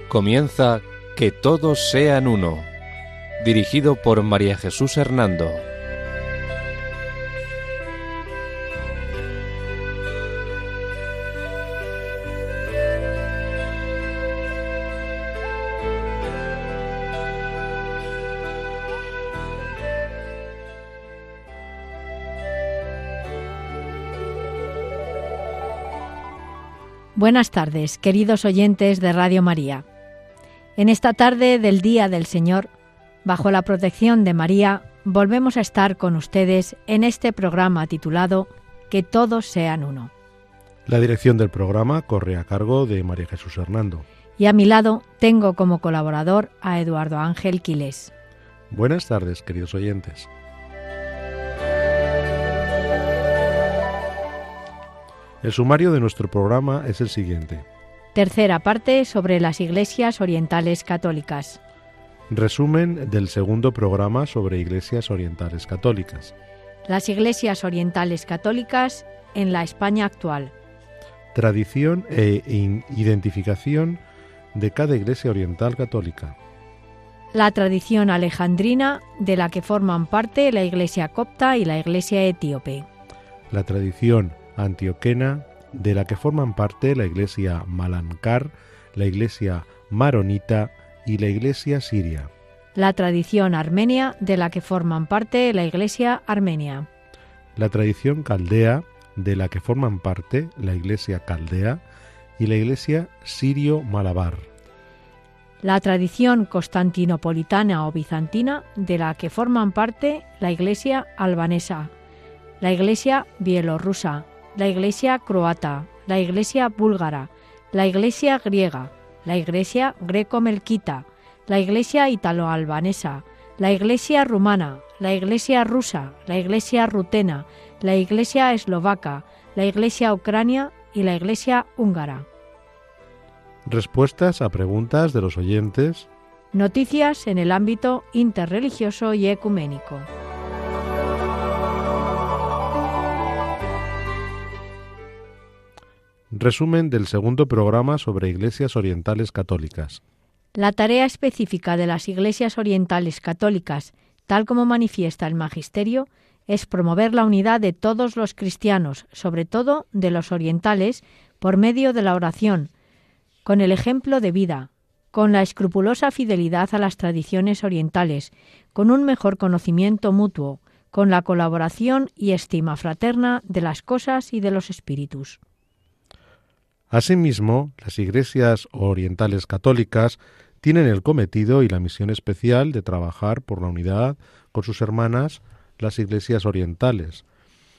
Comienza Que todos sean uno, dirigido por María Jesús Hernando. Buenas tardes, queridos oyentes de Radio María. En esta tarde del Día del Señor, bajo la protección de María, volvemos a estar con ustedes en este programa titulado Que todos sean uno. La dirección del programa corre a cargo de María Jesús Hernando. Y a mi lado tengo como colaborador a Eduardo Ángel Quilés. Buenas tardes, queridos oyentes. El sumario de nuestro programa es el siguiente. Tercera parte sobre las iglesias orientales católicas. Resumen del segundo programa sobre iglesias orientales católicas. Las iglesias orientales católicas en la España actual. Tradición e identificación de cada iglesia oriental católica. La tradición alejandrina de la que forman parte la iglesia copta y la iglesia etíope. La tradición antioquena de la que forman parte la iglesia malankar, la iglesia maronita y la iglesia siria. La tradición armenia de la que forman parte la iglesia armenia. La tradición caldea de la que forman parte la iglesia caldea y la iglesia sirio-malabar. La tradición constantinopolitana o bizantina de la que forman parte la iglesia albanesa, la iglesia bielorrusa, la iglesia croata, la iglesia búlgara, la iglesia griega, la iglesia greco-melquita, la iglesia italo-albanesa, la iglesia rumana, la iglesia rusa, la iglesia rutena, la iglesia eslovaca, la iglesia ucrania y la iglesia húngara. Respuestas a preguntas de los oyentes. Noticias en el ámbito interreligioso y ecuménico. Resumen del segundo programa sobre iglesias orientales católicas. La tarea específica de las iglesias orientales católicas, tal como manifiesta el Magisterio, es promover la unidad de todos los cristianos, sobre todo de los orientales, por medio de la oración, con el ejemplo de vida, con la escrupulosa fidelidad a las tradiciones orientales, con un mejor conocimiento mutuo, con la colaboración y estima fraterna de las cosas y de los espíritus. Asimismo, las iglesias orientales católicas tienen el cometido y la misión especial de trabajar por la unidad con sus hermanas, las iglesias orientales,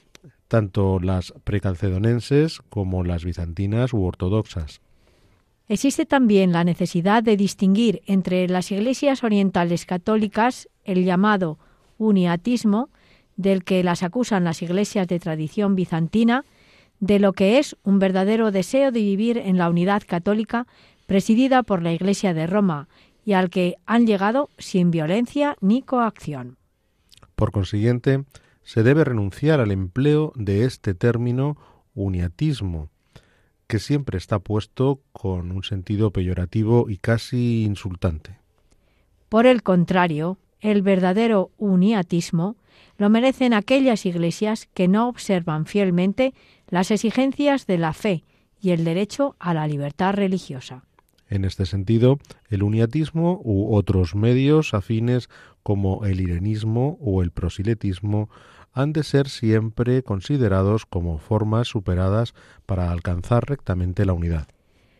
tanto las precalcedonenses como las bizantinas u ortodoxas. Existe también la necesidad de distinguir entre las iglesias orientales católicas el llamado uniatismo, del que las acusan las iglesias de tradición bizantina, de lo que es un verdadero deseo de vivir en la unidad católica presidida por la Iglesia de Roma y al que han llegado sin violencia ni coacción. Por consiguiente, se debe renunciar al empleo de este término uniatismo, que siempre está puesto con un sentido peyorativo y casi insultante. Por el contrario, el verdadero uniatismo lo merecen aquellas iglesias que no observan fielmente las exigencias de la fe y el derecho a la libertad religiosa. En este sentido, el uniatismo u otros medios afines como el irenismo o el proselitismo han de ser siempre considerados como formas superadas para alcanzar rectamente la unidad.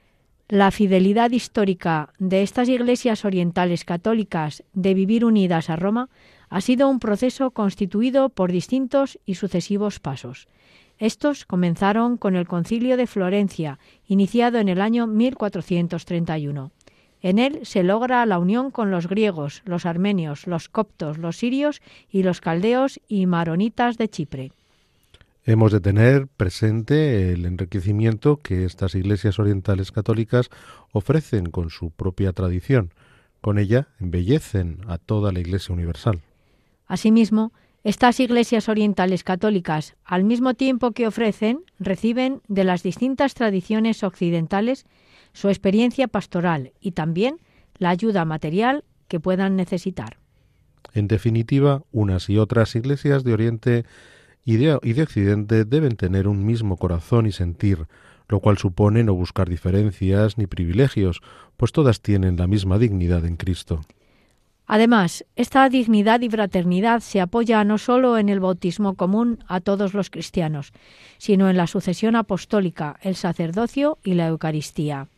La fidelidad histórica de estas iglesias orientales católicas de vivir unidas a Roma ha sido un proceso constituido por distintos y sucesivos pasos. Estos comenzaron con el Concilio de Florencia, iniciado en el año 1431. En él se logra la unión con los griegos, los armenios, los coptos, los sirios y los caldeos y maronitas de Chipre. Hemos de tener presente el enriquecimiento que estas iglesias orientales católicas ofrecen con su propia tradición. Con ella embellecen a toda la Iglesia universal. Asimismo, estas iglesias orientales católicas, al mismo tiempo que ofrecen, reciben de las distintas tradiciones occidentales su experiencia pastoral y también la ayuda material que puedan necesitar. En definitiva, unas y otras iglesias de Oriente y de Occidente deben tener un mismo corazón y sentir, lo cual supone no buscar diferencias ni privilegios, pues todas tienen la misma dignidad en Cristo. Además, esta dignidad y fraternidad se apoya no solo en el bautismo común a todos los cristianos, sino en la sucesión apostólica, el sacerdocio y la Eucaristía.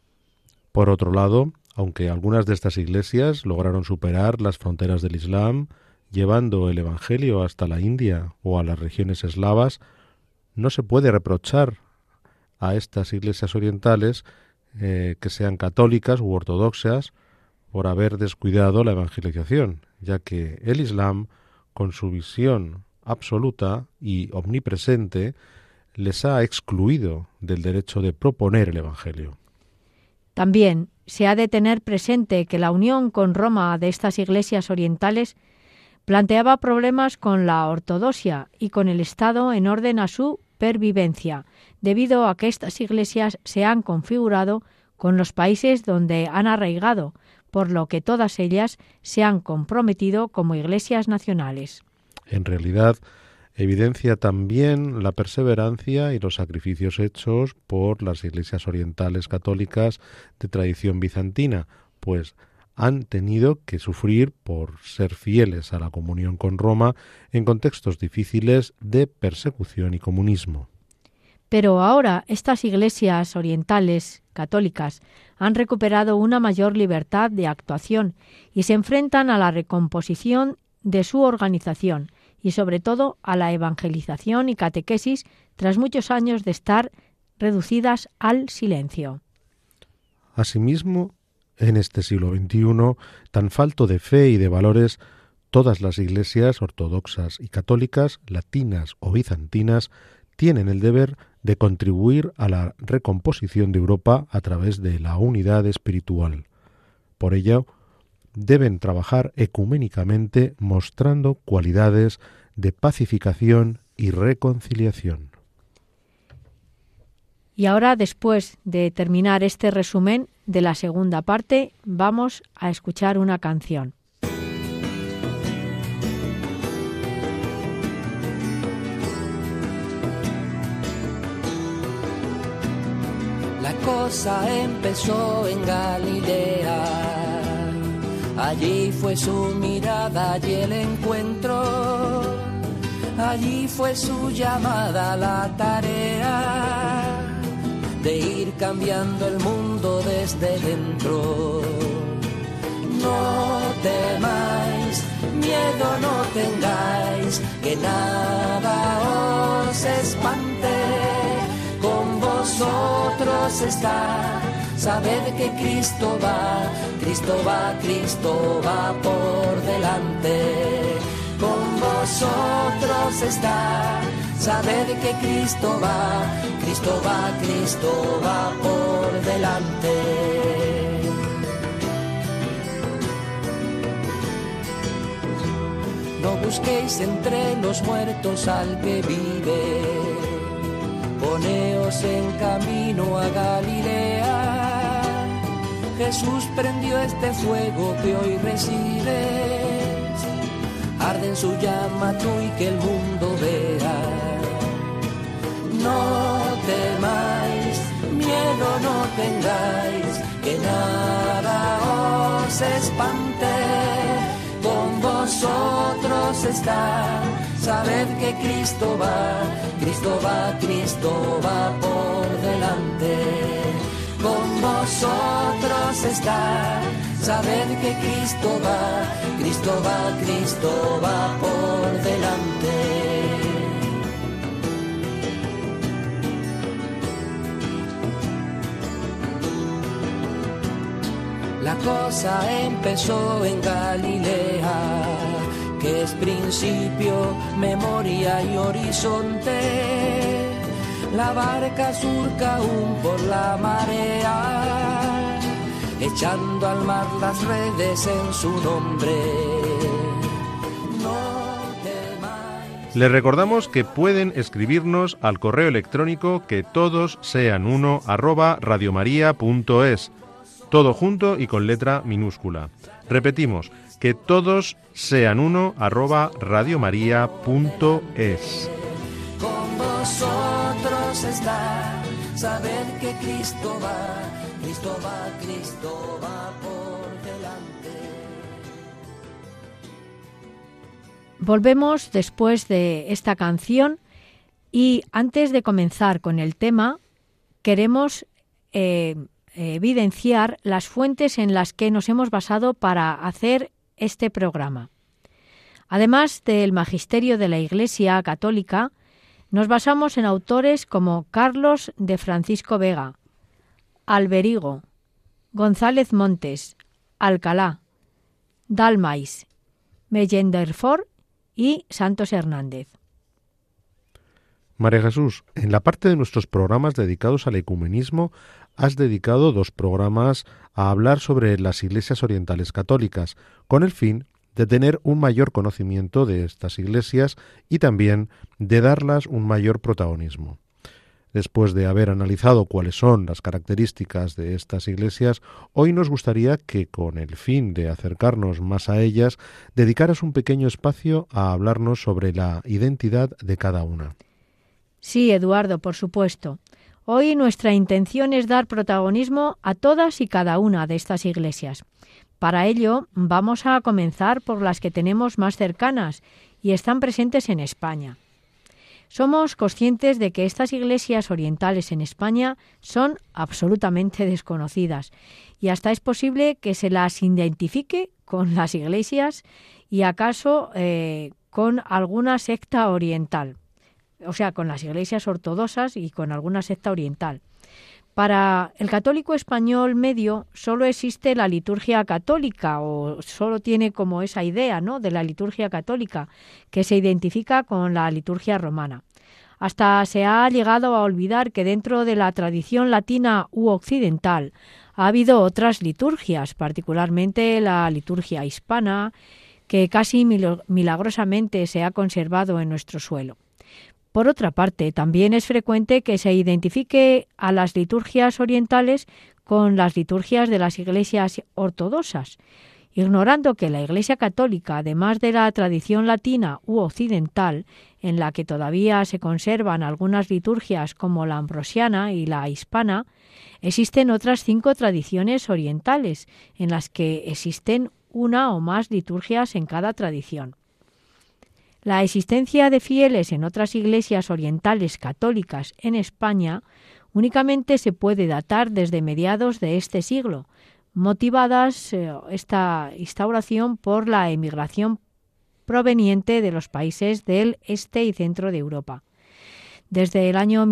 Por otro lado, aunque algunas de estas iglesias lograron superar las fronteras del Islam, llevando el Evangelio hasta la India o a las regiones eslavas, no se puede reprochar a estas iglesias orientales que sean católicas u ortodoxas por haber descuidado la evangelización, ya que el Islam, con su visión absoluta y omnipresente, les ha excluido del derecho de proponer el Evangelio. También se ha de tener presente que la unión con Roma de estas iglesias orientales planteaba problemas con la ortodoxia y con el Estado en orden a su pervivencia, debido a que estas iglesias se han configurado con los países donde han arraigado, por lo que todas ellas se han comprometido como iglesias nacionales. En realidad, evidencia también la perseverancia y los sacrificios hechos por las iglesias orientales católicas de tradición bizantina, pues han tenido que sufrir por ser fieles a la comunión con Roma en contextos difíciles de persecución y comunismo. Pero ahora estas iglesias orientales católicas han recuperado una mayor libertad de actuación y se enfrentan a la recomposición de su organización y sobre todo a la evangelización y catequesis tras muchos años de estar reducidas al silencio. Asimismo, en este siglo XXI, tan falto de fe y de valores, todas las iglesias ortodoxas y católicas, latinas o bizantinas, tienen el deber de contribuir a la recomposición de Europa a través de la unidad espiritual. Por ello, deben trabajar ecuménicamente mostrando cualidades de pacificación y reconciliación. Y ahora, después de terminar este resumen de la segunda parte, vamos a escuchar una canción. La cosa empezó en Galilea, allí fue su mirada y el encuentro, allí fue su llamada, la tarea de ir cambiando el mundo desde dentro. No temáis, miedo no tengáis, que nada os espante. Con vosotros está, sabed que Cristo va, Cristo va, Cristo va por delante. Con vosotros está, sabed que Cristo va, Cristo va, Cristo va por delante. No busquéis entre los muertos al que vive, poneos en camino a Galilea. Jesús prendió este fuego que hoy recibes, arde en su llama tú y que el mundo vea. No temáis, miedo no tengáis, que nada os espante. Con vosotros está, sabed que Cristo va, Cristo va, Cristo va por delante. Con vosotros está, sabed que Cristo va, Cristo va, Cristo va por delante. La cosa empezó en Galilea, que es principio, memoria y horizonte. La barca surca aún por la marea, echando al mar las redes en su nombre. No temáis, Les recordamos que pueden escribirnos al correo electrónico quetodosseanuno@radiomaria.es, todo junto y con letra minúscula. Repetimos, quetodosseanuno@radiomaria.es. Con vosotros está, sabed que Cristo va, Cristo va, Cristo va por delante. Volvemos después de esta canción y antes de comenzar con el tema queremos evidenciar las fuentes en las que nos hemos basado para hacer este programa. Además del magisterio de la Iglesia Católica, nos basamos en autores como Carlos de Francisco Vega, Alberigo, González Montes, Alcalá, Dalmais, Mellenderfort y Santos Hernández. María Jesús, en la parte de nuestros programas dedicados al ecumenismo, has dedicado 2 programas a hablar sobre las iglesias orientales católicas, con el fin de tener un mayor conocimiento de estas iglesias y también de darlas un mayor protagonismo. Después de haber analizado cuáles son las características de estas iglesias, hoy nos gustaría que, con el fin de acercarnos más a ellas, dedicaras un pequeño espacio a hablarnos sobre la identidad de cada una. Sí, Eduardo, por supuesto. Hoy nuestra intención es dar protagonismo a todas y cada una de estas iglesias. Para ello, vamos a comenzar por las que tenemos más cercanas y están presentes en España. Somos conscientes de que estas iglesias orientales en España son absolutamente desconocidas y hasta es posible que se las identifique con las iglesias y acaso con alguna secta oriental, o sea, con las iglesias ortodoxas y con alguna secta oriental. Para el católico español medio solo existe la liturgia católica o solo tiene como esa idea, ¿no?, de la liturgia católica que se identifica con la liturgia romana. Hasta se ha llegado a olvidar que dentro de la tradición latina u occidental ha habido otras liturgias, particularmente la liturgia hispana, que casi milagrosamente se ha conservado en nuestro suelo. Por otra parte, también es frecuente que se identifique a las liturgias orientales con las liturgias de las iglesias ortodoxas, ignorando que la Iglesia Católica, además de la tradición latina u occidental, en la que todavía se conservan algunas liturgias como la ambrosiana y la hispana, existen otras 5 tradiciones orientales, en las que existen una o más liturgias en cada tradición. La existencia de fieles en otras iglesias orientales católicas en España únicamente se puede datar desde mediados de este siglo, motivadas esta instauración por la emigración proveniente de los países del este y centro de Europa. Desde el año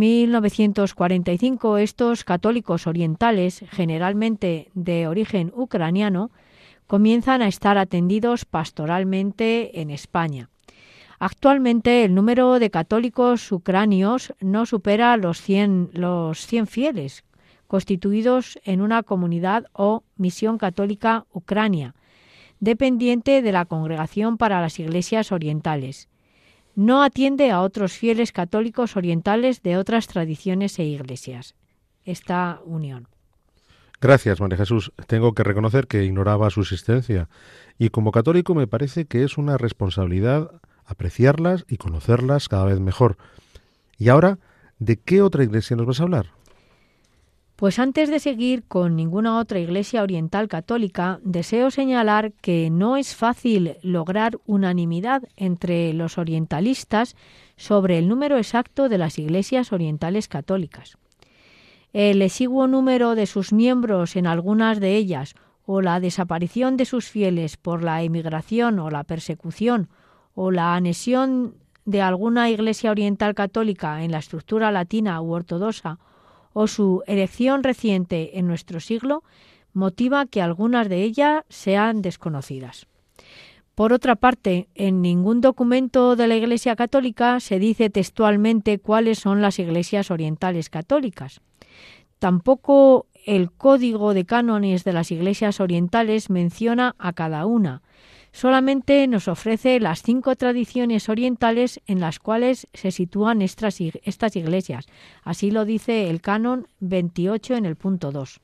1945, estos católicos orientales, generalmente de origen ucraniano, comienzan a estar atendidos pastoralmente en España. Actualmente el número de católicos ucranios no supera los 100 fieles, constituidos en una comunidad o misión católica Ucrania, dependiente de la Congregación para las Iglesias Orientales. No atiende a otros fieles católicos orientales de otras tradiciones e iglesias. Esta unión. Gracias, María Jesús. Tengo que reconocer que ignoraba su existencia y como católico me parece que es una responsabilidad apreciarlas y conocerlas cada vez mejor. Y ahora, ¿de qué otra iglesia nos vas a hablar? Pues antes de seguir con ninguna otra iglesia oriental católica, deseo señalar que no es fácil lograr unanimidad entre los orientalistas sobre el número exacto de las iglesias orientales católicas. El exiguo número de sus miembros en algunas de ellas o la desaparición de sus fieles por la emigración o la persecución o la anexión de alguna iglesia oriental católica en la estructura latina u ortodoxa o su elección reciente en nuestro siglo motiva que algunas de ellas sean desconocidas. Por otra parte, en ningún documento de la Iglesia Católica se dice textualmente cuáles son las iglesias orientales católicas. Tampoco el Código de Cánones de las Iglesias Orientales menciona a cada una, Solamente nos ofrece las 5 tradiciones orientales en las cuales se sitúan estas iglesias. Así lo dice el canon 28 en el punto 2.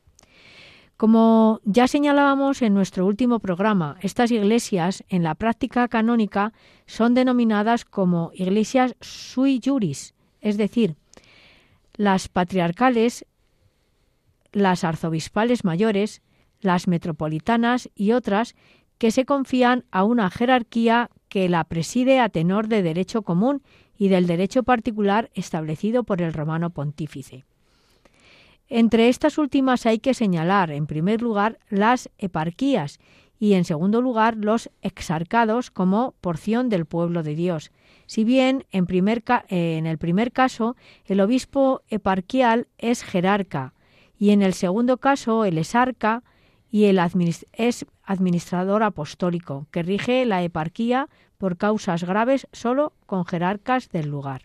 Como ya señalábamos en nuestro último programa, estas iglesias en la práctica canónica son denominadas como iglesias sui juris, es decir, las patriarcales, las arzobispales mayores, las metropolitanas y otras que se confían a una jerarquía que la preside a tenor de derecho común y del derecho particular establecido por el romano pontífice. Entre estas últimas hay que señalar, en primer lugar, las eparquías y, en segundo lugar, los exarcados como porción del pueblo de Dios. Si bien, en el primer caso, el obispo eparquial es jerarca y en el segundo caso el exarca y es administrador apostólico, que rige la eparquía por causas graves solo con jerarcas del lugar.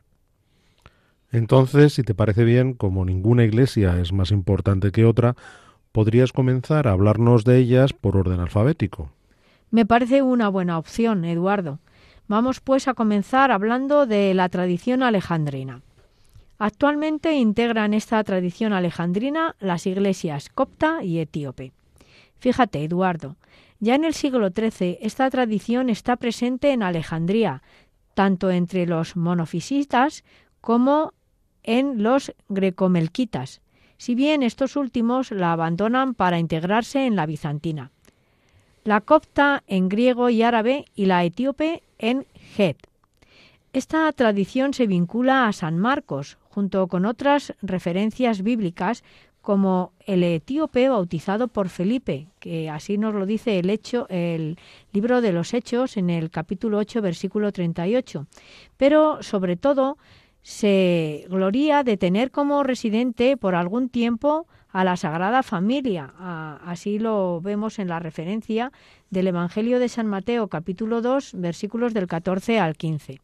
Entonces, si te parece bien, como ninguna iglesia es más importante que otra, podrías comenzar a hablarnos de ellas por orden alfabético. Me parece una buena opción, Eduardo. Vamos pues a comenzar hablando de la tradición alejandrina. Actualmente integran esta tradición alejandrina las iglesias copta y etíope. Fíjate, Eduardo, ya en el siglo XIII esta tradición está presente en Alejandría, tanto entre los monofisitas como en los grecomelquitas, si bien estos últimos la abandonan para integrarse en la bizantina. La copta en griego y árabe y la etíope en het. Esta tradición se vincula a San Marcos, junto con otras referencias bíblicas como el etíope bautizado por Felipe, que así nos lo dice el libro de los Hechos en el capítulo 8, versículo 38. Pero, sobre todo, se gloría de tener como residente por algún tiempo a la Sagrada Familia. Así lo vemos en la referencia del Evangelio de San Mateo, capítulo 2, versículos del 14 al 15.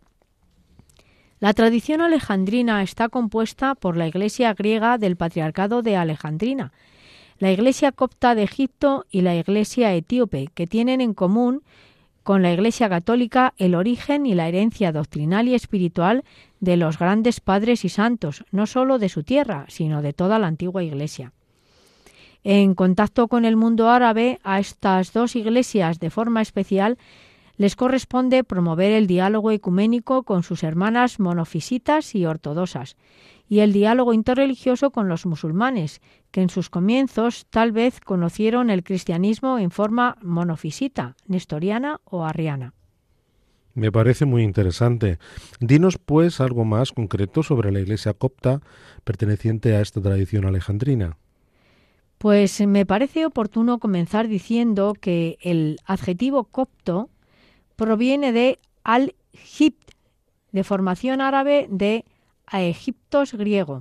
La tradición alejandrina está compuesta por la Iglesia griega del Patriarcado de Alejandrina, la Iglesia copta de Egipto y la Iglesia etíope, que tienen en común con la Iglesia católica el origen y la herencia doctrinal y espiritual de los grandes padres y santos, no sólo de su tierra, sino de toda la antigua Iglesia. En contacto con el mundo árabe, a estas dos iglesias de forma especial les corresponde promover el diálogo ecuménico con sus hermanas monofisitas y ortodoxas, y el diálogo interreligioso con los musulmanes, que en sus comienzos tal vez conocieron el cristianismo en forma monofisita, nestoriana o arriana. Me parece muy interesante. Dinos, pues, algo más concreto sobre la Iglesia copta perteneciente a esta tradición alejandrina. Pues me parece oportuno comenzar diciendo que el adjetivo copto proviene de al-Jibt, de formación árabe de a Egiptos griego.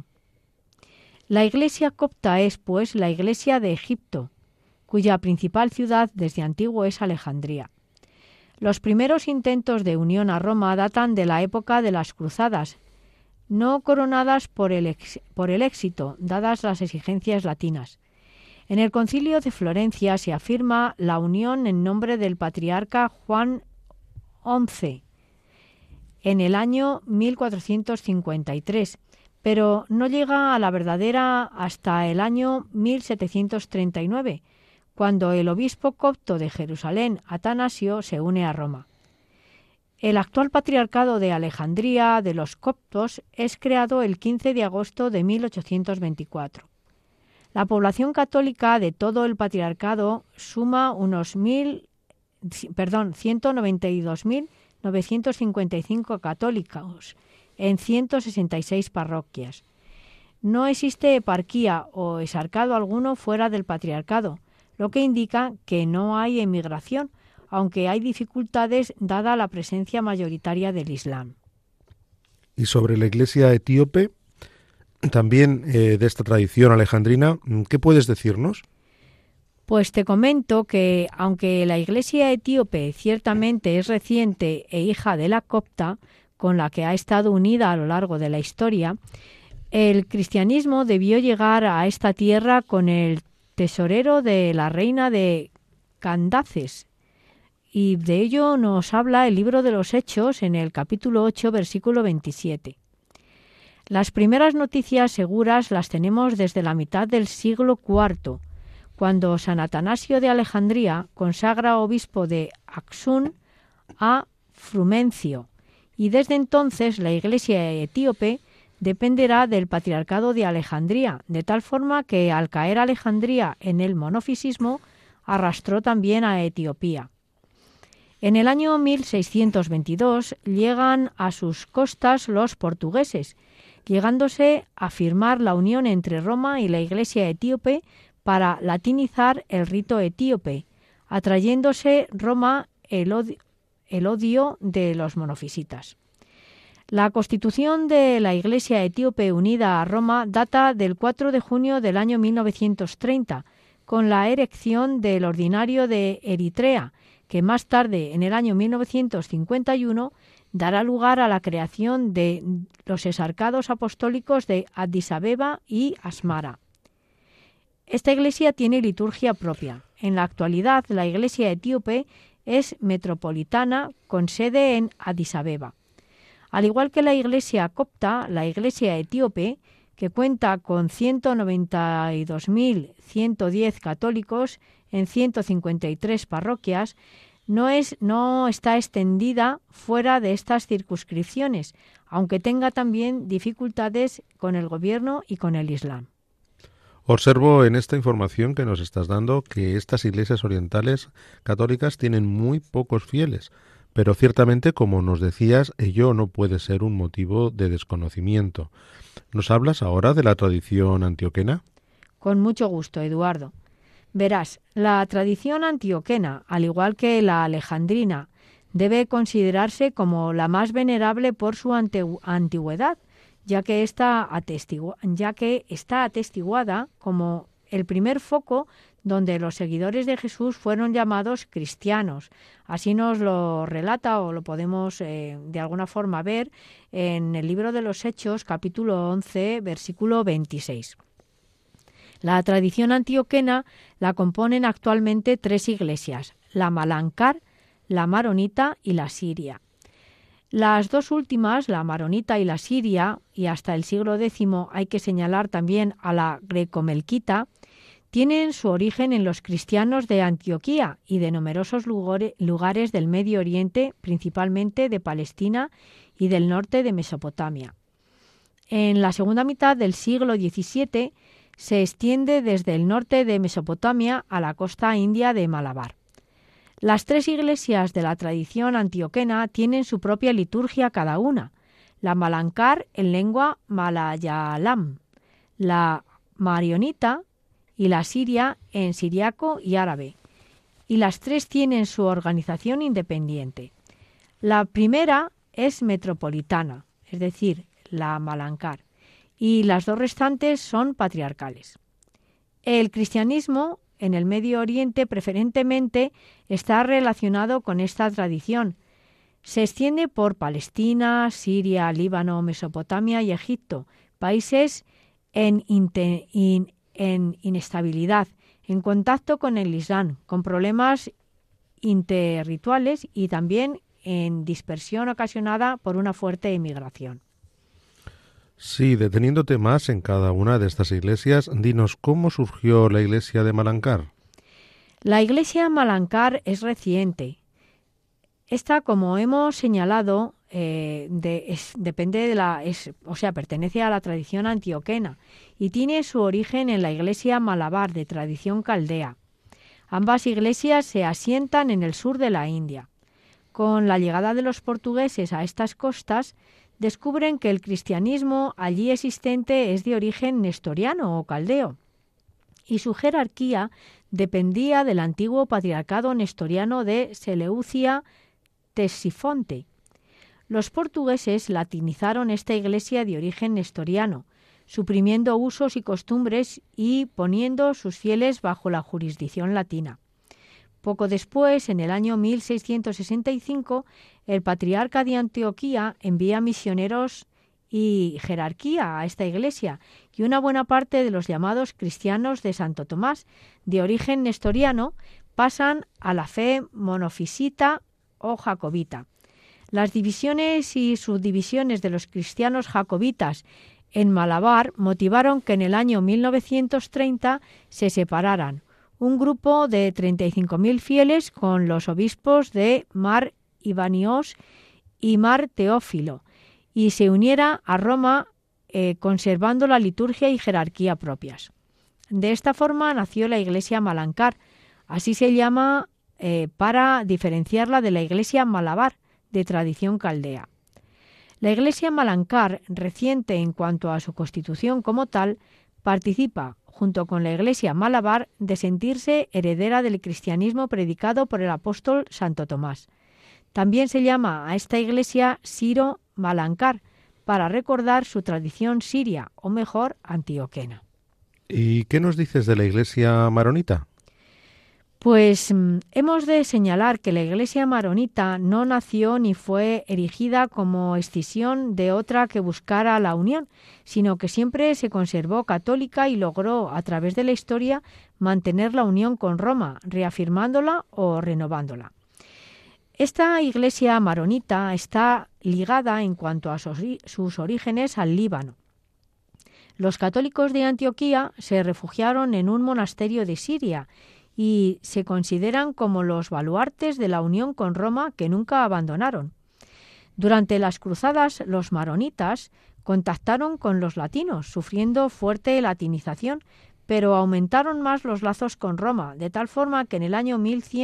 La iglesia copta es, pues, la iglesia de Egipto, cuya principal ciudad desde antiguo es Alejandría. Los primeros intentos de unión a Roma datan de la época de las Cruzadas, no coronadas por el éxito, dadas las exigencias latinas. En el Concilio de Florencia se afirma la unión en nombre del patriarca Juan XI en el año 1453, pero no llega a la verdadera hasta el año 1739, cuando el obispo copto de Jerusalén, Atanasio, se une a Roma. El actual patriarcado de Alejandría de los coptos es creado el 15 de agosto de 1824. La población católica de todo el patriarcado suma unos 192.955 católicos en 166 parroquias. No existe eparquía o exarcado alguno fuera del patriarcado, lo que indica que no hay emigración, aunque hay dificultades dada la presencia mayoritaria del Islam. Y sobre la Iglesia etíope, también de esta tradición alejandrina, ¿qué puedes decirnos? Pues te comento que, aunque la Iglesia etíope ciertamente es reciente e hija de la copta, con la que ha estado unida a lo largo de la historia, el cristianismo debió llegar a esta tierra con el tesorero de la reina de Candaces, y de ello nos habla el libro de los Hechos en el capítulo 8, versículo 27. Las primeras noticias seguras las tenemos desde la mitad del siglo IV, cuando San Atanasio de Alejandría consagra obispo de Axún a Frumencio, y desde entonces la Iglesia etíope dependerá del Patriarcado de Alejandría, de tal forma que al caer Alejandría en el monofisismo, arrastró también a Etiopía. En el año 1622 llegan a sus costas los portugueses, llegándose a firmar la unión entre Roma y la Iglesia etíope para latinizar el rito etíope, atrayéndose Roma el odio de los monofisitas. La constitución de la Iglesia etíope unida a Roma data del 4 de junio del año 1930, con la erección del Ordinario de Eritrea, que más tarde, en el año 1951, dará lugar a la creación de los exarcados apostólicos de Addis Abeba y Asmara. Esta iglesia tiene liturgia propia. En la actualidad, la Iglesia etíope es metropolitana con sede en Addis Abeba. Al igual que la Iglesia copta, la Iglesia etíope, que cuenta con 192.110 católicos en 153 parroquias, no está extendida fuera de estas circunscripciones, aunque tenga también dificultades con el gobierno y con el Islam. Observo en esta información que nos estás dando que estas iglesias orientales católicas tienen muy pocos fieles, pero ciertamente, como nos decías, ello no puede ser un motivo de desconocimiento. ¿Nos hablas ahora de la tradición antioquena? Con mucho gusto, Eduardo. Verás, la tradición antioquena, al igual que la alejandrina, debe considerarse como la más venerable por su antigüedad, ya que está atestiguada como el primer foco donde los seguidores de Jesús fueron llamados cristianos. Así nos lo relata o lo podemos de alguna forma ver en el libro de los Hechos, capítulo 11, versículo 26. La tradición antioquena la componen actualmente 3 iglesias, la Malankar, la Maronita y la Siria. Las 2 últimas, la Maronita y la Siria, y hasta el siglo X hay que señalar también a la Grecomelquita, tienen su origen en los cristianos de Antioquía y de numerosos lugares del Medio Oriente, principalmente de Palestina y del norte de Mesopotamia. En la segunda mitad del siglo XVII se extiende desde el norte de Mesopotamia a la costa india de Malabar. Las 3 iglesias de la tradición antioquena tienen su propia liturgia cada una. La Malankar en lengua malayalam, la Maronita y la Siria en siriaco y árabe. Y las 3 tienen su organización independiente. La primera es metropolitana, es decir, la Malankar, y las 2 restantes son patriarcales. El cristianismo en el Medio Oriente preferentemente está relacionado con esta tradición. Se extiende por Palestina, Siria, Líbano, Mesopotamia y Egipto, países en inestabilidad, en contacto con el Islam, con problemas interrituales y también en dispersión ocasionada por una fuerte emigración. Sí, deteniéndote más en cada una de estas iglesias, dinos cómo surgió la iglesia de Malankar. La iglesia Malankar es reciente. Esta, como hemos señalado, pertenece a la tradición antioquena y tiene su origen en la iglesia Malabar, de tradición caldea. Ambas iglesias se asientan en el sur de la India. Con la llegada de los portugueses a estas costas, descubren que el cristianismo allí existente es de origen nestoriano o caldeo, y su jerarquía dependía del antiguo patriarcado nestoriano de Seleucia-Ctesifonte. Los portugueses latinizaron esta iglesia de origen nestoriano, suprimiendo usos y costumbres y poniendo sus fieles bajo la jurisdicción latina. Poco después, en el año 1665, el patriarca de Antioquía envía misioneros y jerarquía a esta iglesia, y una buena parte de los llamados cristianos de Santo Tomás, de origen nestoriano, pasan a la fe monofisita o jacobita. Las divisiones y subdivisiones de los cristianos jacobitas en Malabar motivaron que en el año 1930 se separaran un grupo de 35.000 fieles con los obispos de Mar Ivanios y Mar Teófilo y se uniera a Roma conservando la liturgia y jerarquía propias. De esta forma nació la Iglesia Malankar, así se llama para diferenciarla de la Iglesia Malabar, de tradición caldea. La Iglesia Malankar, reciente en cuanto a su constitución como tal, participa, junto con la Iglesia Malabar, de sentirse heredera del cristianismo predicado por el apóstol Santo Tomás. También se llama a esta Iglesia Siro-Malankar, para recordar su tradición siria, o mejor, antioquena. ¿Y qué nos dices de la Iglesia maronita? Pues hemos de señalar que la Iglesia maronita no nació ni fue erigida como escisión de otra que buscara la unión, sino que siempre se conservó católica y logró, a través de la historia, mantener la unión con Roma, reafirmándola o renovándola. Esta Iglesia maronita está ligada en cuanto a sus orígenes al Líbano. Los católicos de Antioquía se refugiaron en un monasterio de Siria y se consideran como los baluartes de la unión con Roma que nunca abandonaron. Durante las cruzadas, los maronitas contactaron con los latinos, sufriendo fuerte latinización, pero aumentaron más los lazos con Roma, de tal forma que en el año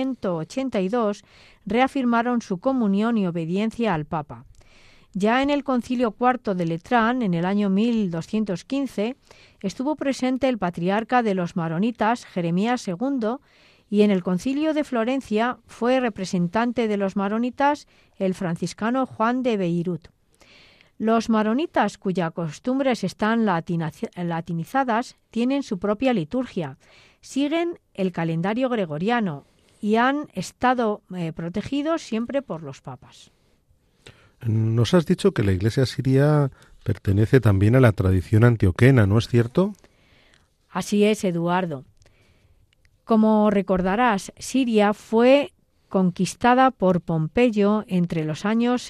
1182 reafirmaron su comunión y obediencia al Papa. Ya en el Concilio IV de Letrán, en el año 1215, estuvo presente el patriarca de los maronitas, Jeremías II, y en el Concilio de Florencia fue representante de los maronitas el franciscano Juan de Beirut. Los maronitas, cuyas costumbres están latinizadas, tienen su propia liturgia, siguen el calendario gregoriano y han estado protegidos siempre por los papas. Nos has dicho que la Iglesia siria pertenece también a la tradición antioquena, ¿no es cierto? Así es, Eduardo. Como recordarás, Siria fue conquistada por Pompeyo entre los años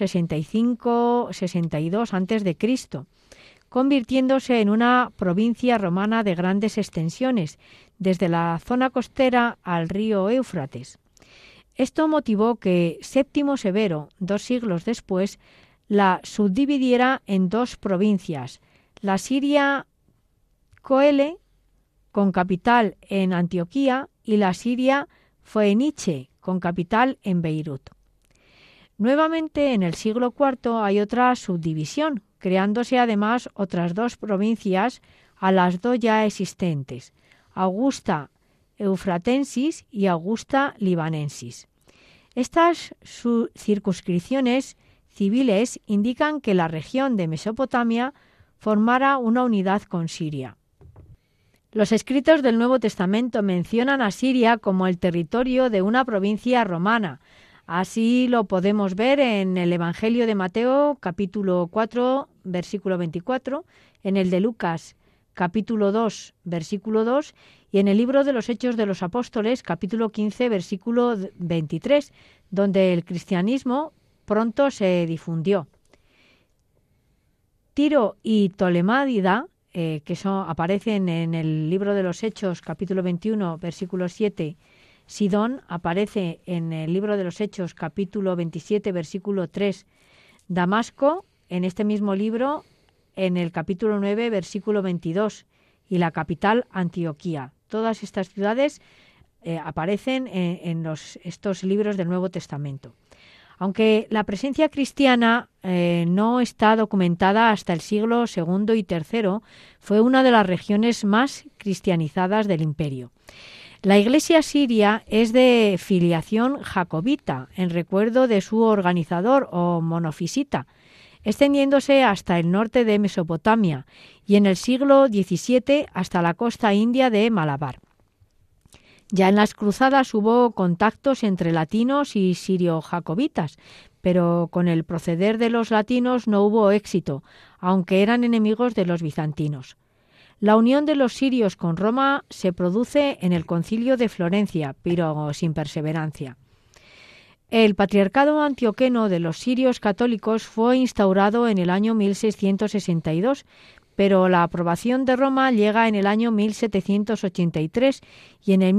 65-62 a.C., convirtiéndose en una provincia romana de grandes extensiones, desde la zona costera al río Éufrates. Esto motivó que Séptimo Severo, 2 siglos después, la subdividiera en 2 provincias, la Siria Coele, con capital en Antioquía, y la Siria Foenice, con capital en Beirut. Nuevamente, en el siglo IV hay otra subdivisión, creándose además otras 2 provincias a las 2 ya existentes, Augusta Eufratensis y Augusta Libanensis. Estas circunscripciones civiles indican que la región de Mesopotamia formara una unidad con Siria. Los escritos del Nuevo Testamento mencionan a Siria como el territorio de una provincia romana. Así lo podemos ver en el Evangelio de Mateo, capítulo 4, versículo 24, en el de Lucas, capítulo 2, versículo 2, y en el libro de los Hechos de los Apóstoles, capítulo 15, versículo 23, donde el cristianismo pronto se difundió. Tiro y Tolemádida, que aparecen en el libro de los Hechos, capítulo 21, versículo 7, Sidón aparece en el libro de los Hechos, capítulo 27, versículo 3, Damasco, en este mismo libro, en el capítulo 9, versículo 22, y la capital, Antioquía. Todas estas ciudades aparecen en estos libros del Nuevo Testamento. Aunque la presencia cristiana no está documentada hasta el siglo II y III, fue una de las regiones más cristianizadas del imperio. La Iglesia siria es de filiación jacobita, en recuerdo de su organizador o monofisita, extendiéndose hasta el norte de Mesopotamia y en el siglo XVII hasta la costa india de Malabar. Ya en las cruzadas hubo contactos entre latinos y sirio-jacobitas, pero con el proceder de los latinos no hubo éxito, aunque eran enemigos de los bizantinos. La unión de los sirios con Roma se produce en el Concilio de Florencia, pero sin perseverancia. El patriarcado antioqueno de los sirios católicos fue instaurado en el año 1662, pero la aprobación de Roma llega en el año 1783 y en el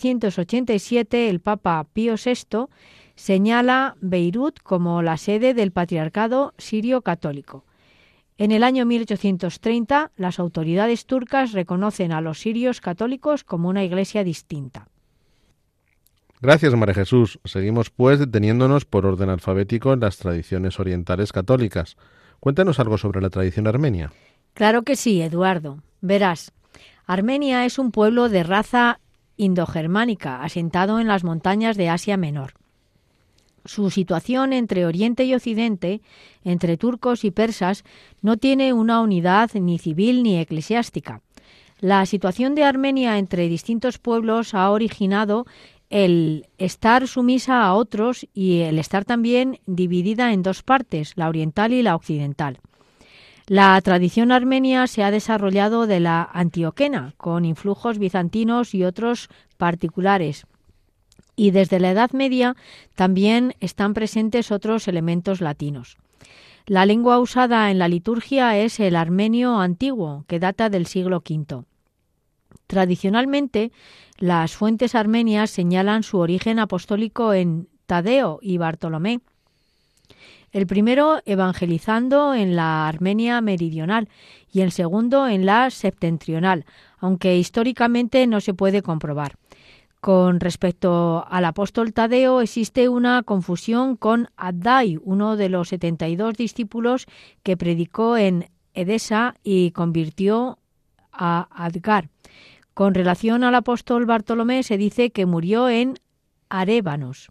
1787 el Papa Pío VI señala Beirut como la sede del patriarcado sirio católico. En el año 1830 las autoridades turcas reconocen a los sirios católicos como una iglesia distinta. Gracias, María Jesús. Seguimos, pues, deteniéndonos por orden alfabético en las tradiciones orientales católicas. Cuéntanos algo sobre la tradición armenia. Claro que sí, Eduardo. Verás, Armenia es un pueblo de raza indogermánica, asentado en las montañas de Asia Menor. Su situación entre Oriente y Occidente, entre turcos y persas, no tiene una unidad ni civil ni eclesiástica. La situación de Armenia entre distintos pueblos ha originado el estar sumisa a otros y el estar también dividida en dos partes, la oriental y la occidental. La tradición armenia se ha desarrollado de la antioquena, con influjos bizantinos y otros particulares. Y desde la Edad Media también están presentes otros elementos latinos. La lengua usada en la liturgia es el armenio antiguo, que data del siglo V. Tradicionalmente, las fuentes armenias señalan su origen apostólico en Tadeo y Bartolomé, el primero evangelizando en la Armenia meridional y el segundo en la septentrional, aunque históricamente no se puede comprobar. Con respecto al apóstol Tadeo existe una confusión con Addai, uno de los 72 discípulos que predicó en Edesa y convirtió a Adgar. Con relación al apóstol Bartolomé se dice que murió en Arébanos.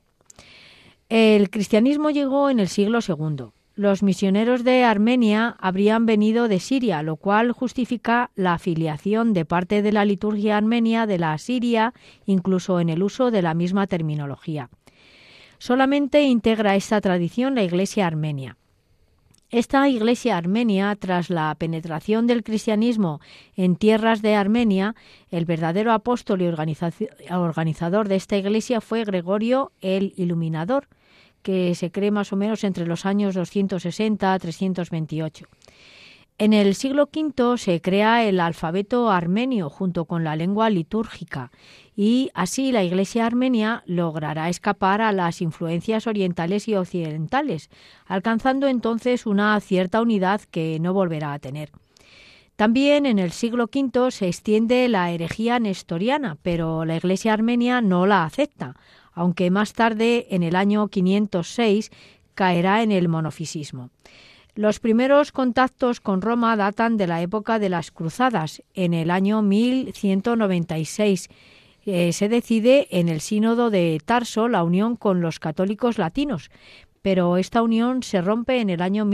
El cristianismo llegó en el siglo II. Los misioneros de Armenia habrían venido de Siria, lo cual justifica la afiliación de parte de la liturgia armenia de la asiria, incluso en el uso de la misma terminología. Solamente integra esta tradición la Iglesia armenia. Esta Iglesia armenia, tras la penetración del cristianismo en tierras de Armenia, el verdadero apóstol y organizador de esta Iglesia fue Gregorio el Iluminador, que se cree más o menos entre los años 260 a 328. En el siglo V se crea el alfabeto armenio junto con la lengua litúrgica y así la Iglesia armenia logrará escapar a las influencias orientales y occidentales, alcanzando entonces una cierta unidad que no volverá a tener. También en el siglo V se extiende la herejía nestoriana, pero la Iglesia armenia no la acepta, aunque más tarde, en el año 506, caerá en el monofisismo. Los primeros contactos con Roma datan de la época de las Cruzadas, en el año 1196. Se decide en el Sínodo de Tarso la unión con los católicos latinos, pero esta unión se rompe en el año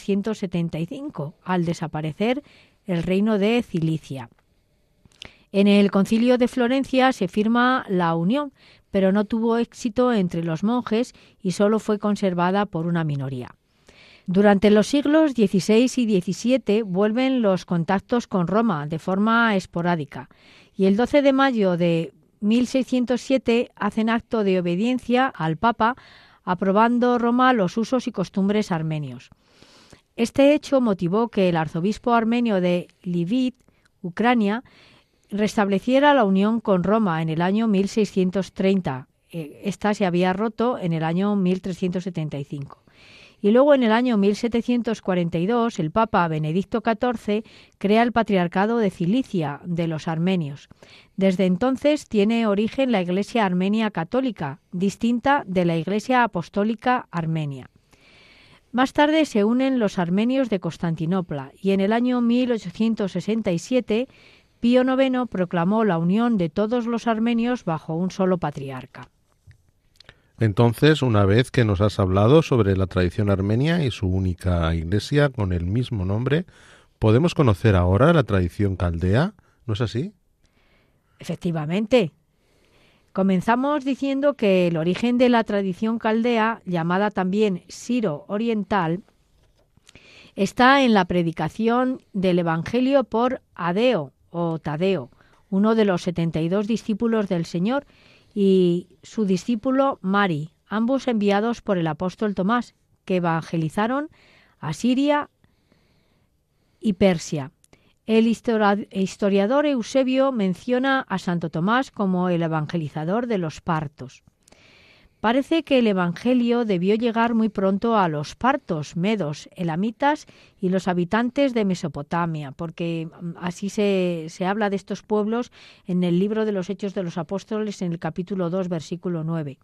1375, al desaparecer el reino de Cilicia. En el Concilio de Florencia se firma la unión, pero no tuvo éxito entre los monjes y solo fue conservada por una minoría. Durante los siglos XVI y XVII vuelven los contactos con Roma de forma esporádica y el 12 de mayo de 1607 hacen acto de obediencia al Papa, aprobando Roma los usos y costumbres armenios. Este hecho motivó que el arzobispo armenio de Lviv, Ucrania, restableciera la unión con Roma en el año 1630. Esta se había roto en el año 1375. Y luego en el año 1742 el Papa Benedicto XIV crea el Patriarcado de Cilicia de los armenios. Desde entonces tiene origen la Iglesia armenia católica, distinta de la Iglesia apostólica armenia. Más tarde se unen los armenios de Constantinopla y en el año 1867 Pío IX proclamó la unión de todos los armenios bajo un solo patriarca. Entonces, una vez que nos has hablado sobre la tradición armenia y su única iglesia con el mismo nombre, ¿podemos conocer ahora la tradición caldea? ¿No es así? Efectivamente. Comenzamos diciendo que el origen de la tradición caldea, llamada también siro-oriental, está en la predicación del Evangelio por Adeo o Tadeo, uno de los 72 discípulos del Señor, y su discípulo Mari, ambos enviados por el apóstol Tomás, que evangelizaron a Siria y Persia. El historiador Eusebio menciona a Santo Tomás como el evangelizador de los partos. Parece que el Evangelio debió llegar muy pronto a los partos, medos, elamitas y los habitantes de Mesopotamia, porque así se habla de estos pueblos en el libro de los Hechos de los Apóstoles, en el capítulo 2, versículo 9.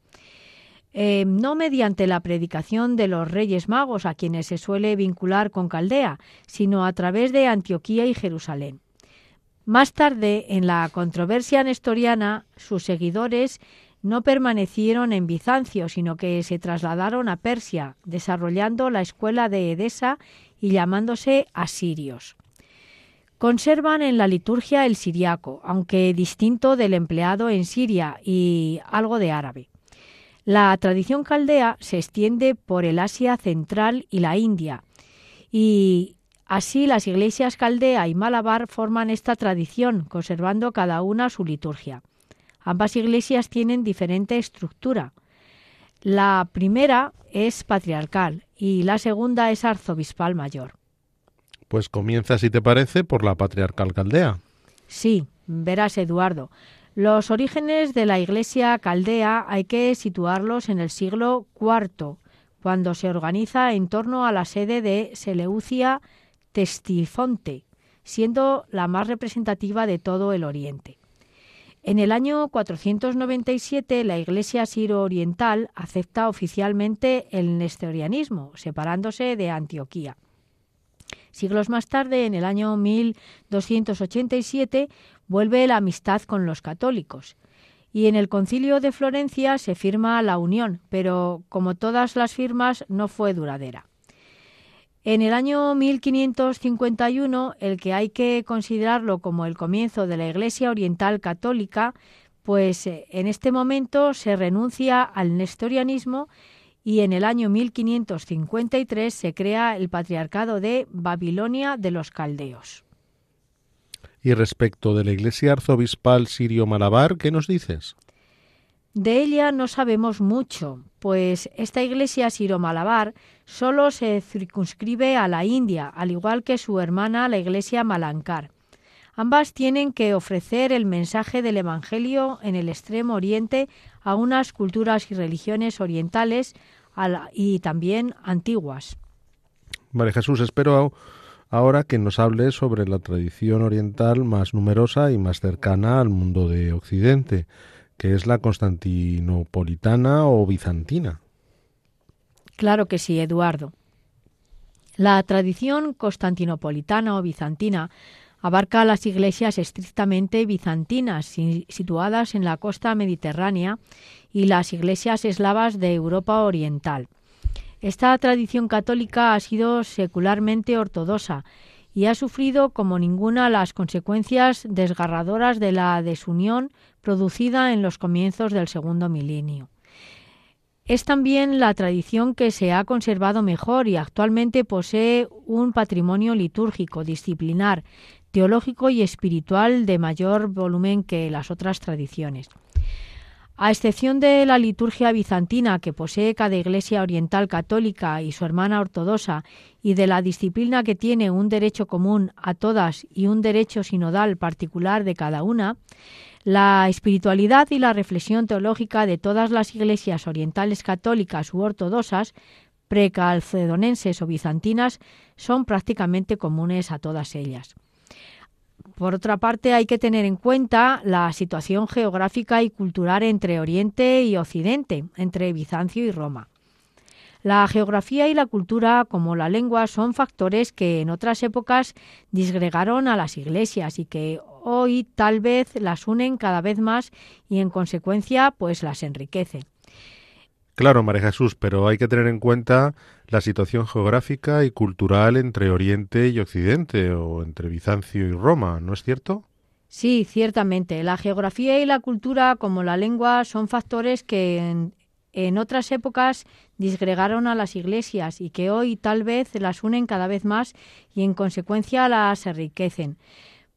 No mediante la predicación de los Reyes Magos, a quienes se suele vincular con Caldea, sino a través de Antioquía y Jerusalén. Más tarde, en la controversia nestoriana, sus seguidores no permanecieron en Bizancio, sino que se trasladaron a Persia, desarrollando la escuela de Edesa y llamándose asirios. Conservan en la liturgia el siriaco, aunque distinto del empleado en Siria, y algo de árabe. La tradición caldea se extiende por el Asia central y la India, y así las iglesias Caldea y Malabar forman esta tradición, conservando cada una su liturgia. Ambas iglesias tienen diferente estructura. La primera es patriarcal y la segunda es arzobispal mayor. Pues comienza, si te parece, por la patriarcal caldea. Sí, verás, Eduardo. Los orígenes de la iglesia caldea hay que situarlos en el siglo IV, cuando se organiza en torno a la sede de Seleucia Ctesifonte, siendo la más representativa de todo el Oriente. En el año 497, la Iglesia Siro-Oriental acepta oficialmente el nestorianismo, separándose de Antioquía. Siglos más tarde, en el año 1287, vuelve la amistad con los católicos. Y en el Concilio de Florencia se firma la unión, pero como todas las firmas no fue duradera. En el año 1551, el que hay que considerarlo como el comienzo de la Iglesia Oriental Católica, pues en este momento se renuncia al nestorianismo y en el año 1553 se crea el Patriarcado de Babilonia de los Caldeos. Y respecto de la Iglesia Arzobispal Sirio-Malabar, ¿qué nos dices? De ella no sabemos mucho, pues esta iglesia siro-malabar solo se circunscribe a la India, al igual que su hermana, la iglesia Malankar. Ambas tienen que ofrecer el mensaje del Evangelio en el Extremo Oriente a unas culturas y religiones orientales y también antiguas. María Jesús, espero ahora que nos hables sobre la tradición oriental más numerosa y más cercana al mundo de Occidente, que es la constantinopolitana o bizantina. Claro que sí, Eduardo. La tradición constantinopolitana o bizantina abarca las iglesias estrictamente bizantinas, situadas en la costa mediterránea, y las iglesias eslavas de Europa Oriental. Esta tradición católica ha sido secularmente ortodoxa y ha sufrido como ninguna las consecuencias desgarradoras de la desunión producida en los comienzos del segundo milenio. Es también la tradición que se ha conservado mejor y actualmente posee un patrimonio litúrgico, disciplinar, teológico y espiritual de mayor volumen que las otras tradiciones. A excepción de la liturgia bizantina que posee cada iglesia oriental católica y su hermana ortodoxa, y de la disciplina que tiene un derecho común a todas y un derecho sinodal particular de cada una, la espiritualidad y la reflexión teológica de todas las iglesias orientales católicas u ortodoxas, precalcedonenses o bizantinas, son prácticamente comunes a todas ellas. Por otra parte, hay que tener en cuenta la situación geográfica y cultural entre Oriente y Occidente, entre Bizancio y Roma. La geografía y la cultura, como la lengua, son factores que en otras épocas disgregaron a las iglesias y que hoy tal vez las unen cada vez más y en consecuencia pues las enriquecen. Claro, María Jesús, pero hay que tener en cuenta la situación geográfica y cultural entre Oriente y Occidente, o entre Bizancio y Roma, ¿no es cierto? Sí, ciertamente. La geografía y la cultura, como la lengua, son factores que en otras épocas disgregaron a las iglesias y que hoy tal vez las unen cada vez más y en consecuencia las enriquecen.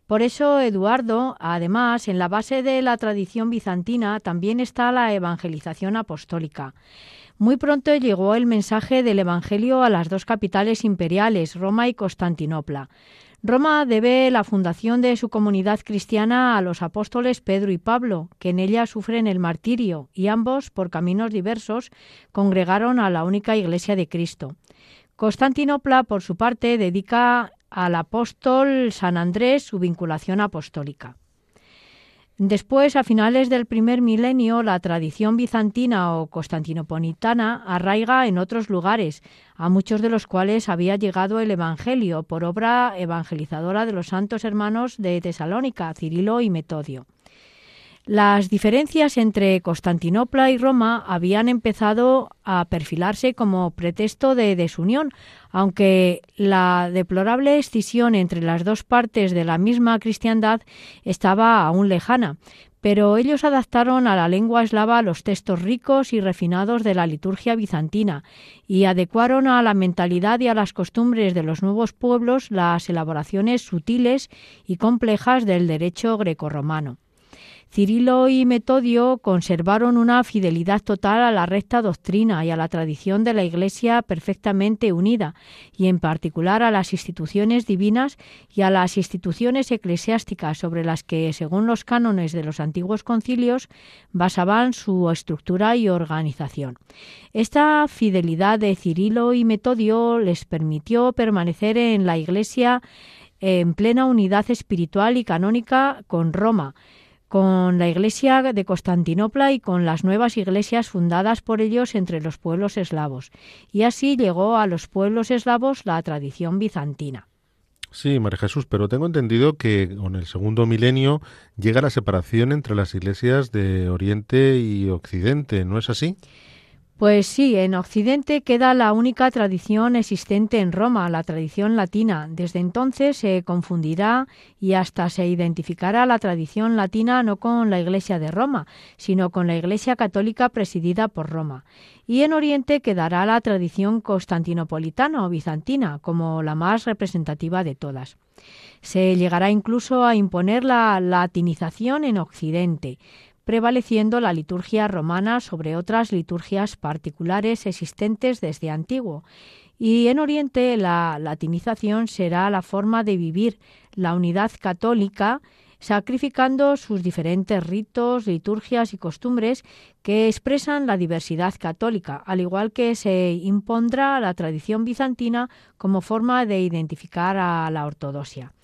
Por eso, Eduardo, además, en la base de la tradición bizantina también está la evangelización apostólica. Muy pronto llegó el mensaje del Evangelio a las dos capitales imperiales, Roma y Constantinopla. Roma debe la fundación de su comunidad cristiana a los apóstoles Pedro y Pablo, que en ella sufren el martirio, y ambos, por caminos diversos, congregaron a la única Iglesia de Cristo. Constantinopla, por su parte, dedica al apóstol San Andrés su vinculación apostólica. Después, a finales del primer milenio, la tradición bizantina o constantinopolitana arraiga en otros lugares, a muchos de los cuales había llegado el Evangelio por obra evangelizadora de los santos hermanos de Tesalónica, Cirilo y Metodio. Las diferencias entre Constantinopla y Roma habían empezado a perfilarse como pretexto de desunión, aunque la deplorable escisión entre las dos partes de la misma cristiandad estaba aún lejana. Pero ellos adaptaron a la lengua eslava los textos ricos y refinados de la liturgia bizantina y adecuaron a la mentalidad y a las costumbres de los nuevos pueblos las elaboraciones sutiles y complejas del derecho grecorromano. Cirilo y Metodio conservaron una fidelidad total a la recta doctrina y a la tradición de la Iglesia perfectamente unida, y en particular a las instituciones divinas y a las instituciones eclesiásticas sobre las que, según los cánones de los antiguos concilios, basaban su estructura y organización. Esta fidelidad de Cirilo y Metodio les permitió permanecer en la Iglesia en plena unidad espiritual y canónica con Roma, con la Iglesia de Constantinopla y con las nuevas iglesias fundadas por ellos entre los pueblos eslavos. Y así llegó a los pueblos eslavos la tradición bizantina. Sí, María Jesús, pero tengo entendido que con el segundo milenio llega la separación entre las iglesias de Oriente y Occidente, ¿no es así? Pues sí, en Occidente queda la única tradición existente en Roma, la tradición latina. Desde entonces se confundirá y hasta se identificará la tradición latina no con la Iglesia de Roma, sino con la Iglesia católica presidida por Roma. Y en Oriente quedará la tradición constantinopolitana o bizantina, como la más representativa de todas. Se llegará incluso a imponer la latinización en Occidente, prevaleciendo la liturgia romana sobre otras liturgias particulares existentes desde antiguo. Y en Oriente la latinización será la forma de vivir la unidad católica, sacrificando sus diferentes ritos, liturgias y costumbres que expresan la diversidad católica, al igual que se impondrá la tradición bizantina como forma de identificar a la ortodoxia.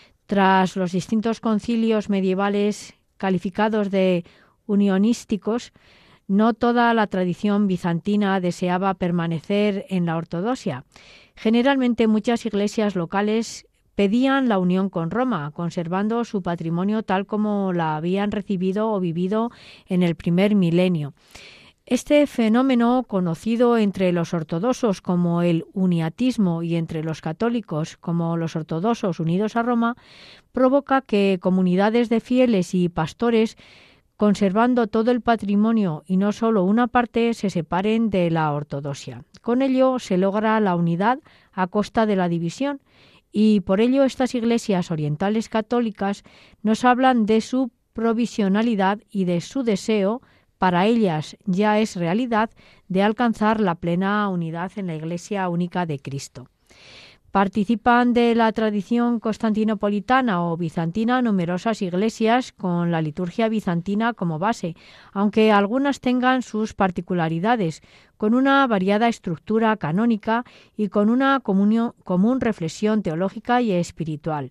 Tras los distintos concilios medievales calificados de unionísticos, no toda la tradición bizantina deseaba permanecer en la ortodoxia. Generalmente muchas iglesias locales pedían la unión con Roma, conservando su patrimonio tal como la habían recibido o vivido en el primer milenio. Este fenómeno, conocido entre los ortodoxos como el uniatismo y entre los católicos como los ortodoxos unidos a Roma, provoca que comunidades de fieles y pastores, conservando todo el patrimonio y no solo una parte, se separen de la ortodoxia. Con ello se logra la unidad a costa de la división, y por ello estas iglesias orientales católicas nos hablan de su provisionalidad y de su deseo, para ellas ya es realidad, de alcanzar la plena unidad en la Iglesia única de Cristo. Participan de la tradición constantinopolitana o bizantina numerosas iglesias con la liturgia bizantina como base, aunque algunas tengan sus particularidades, con una variada estructura canónica y con una común reflexión teológica y espiritual.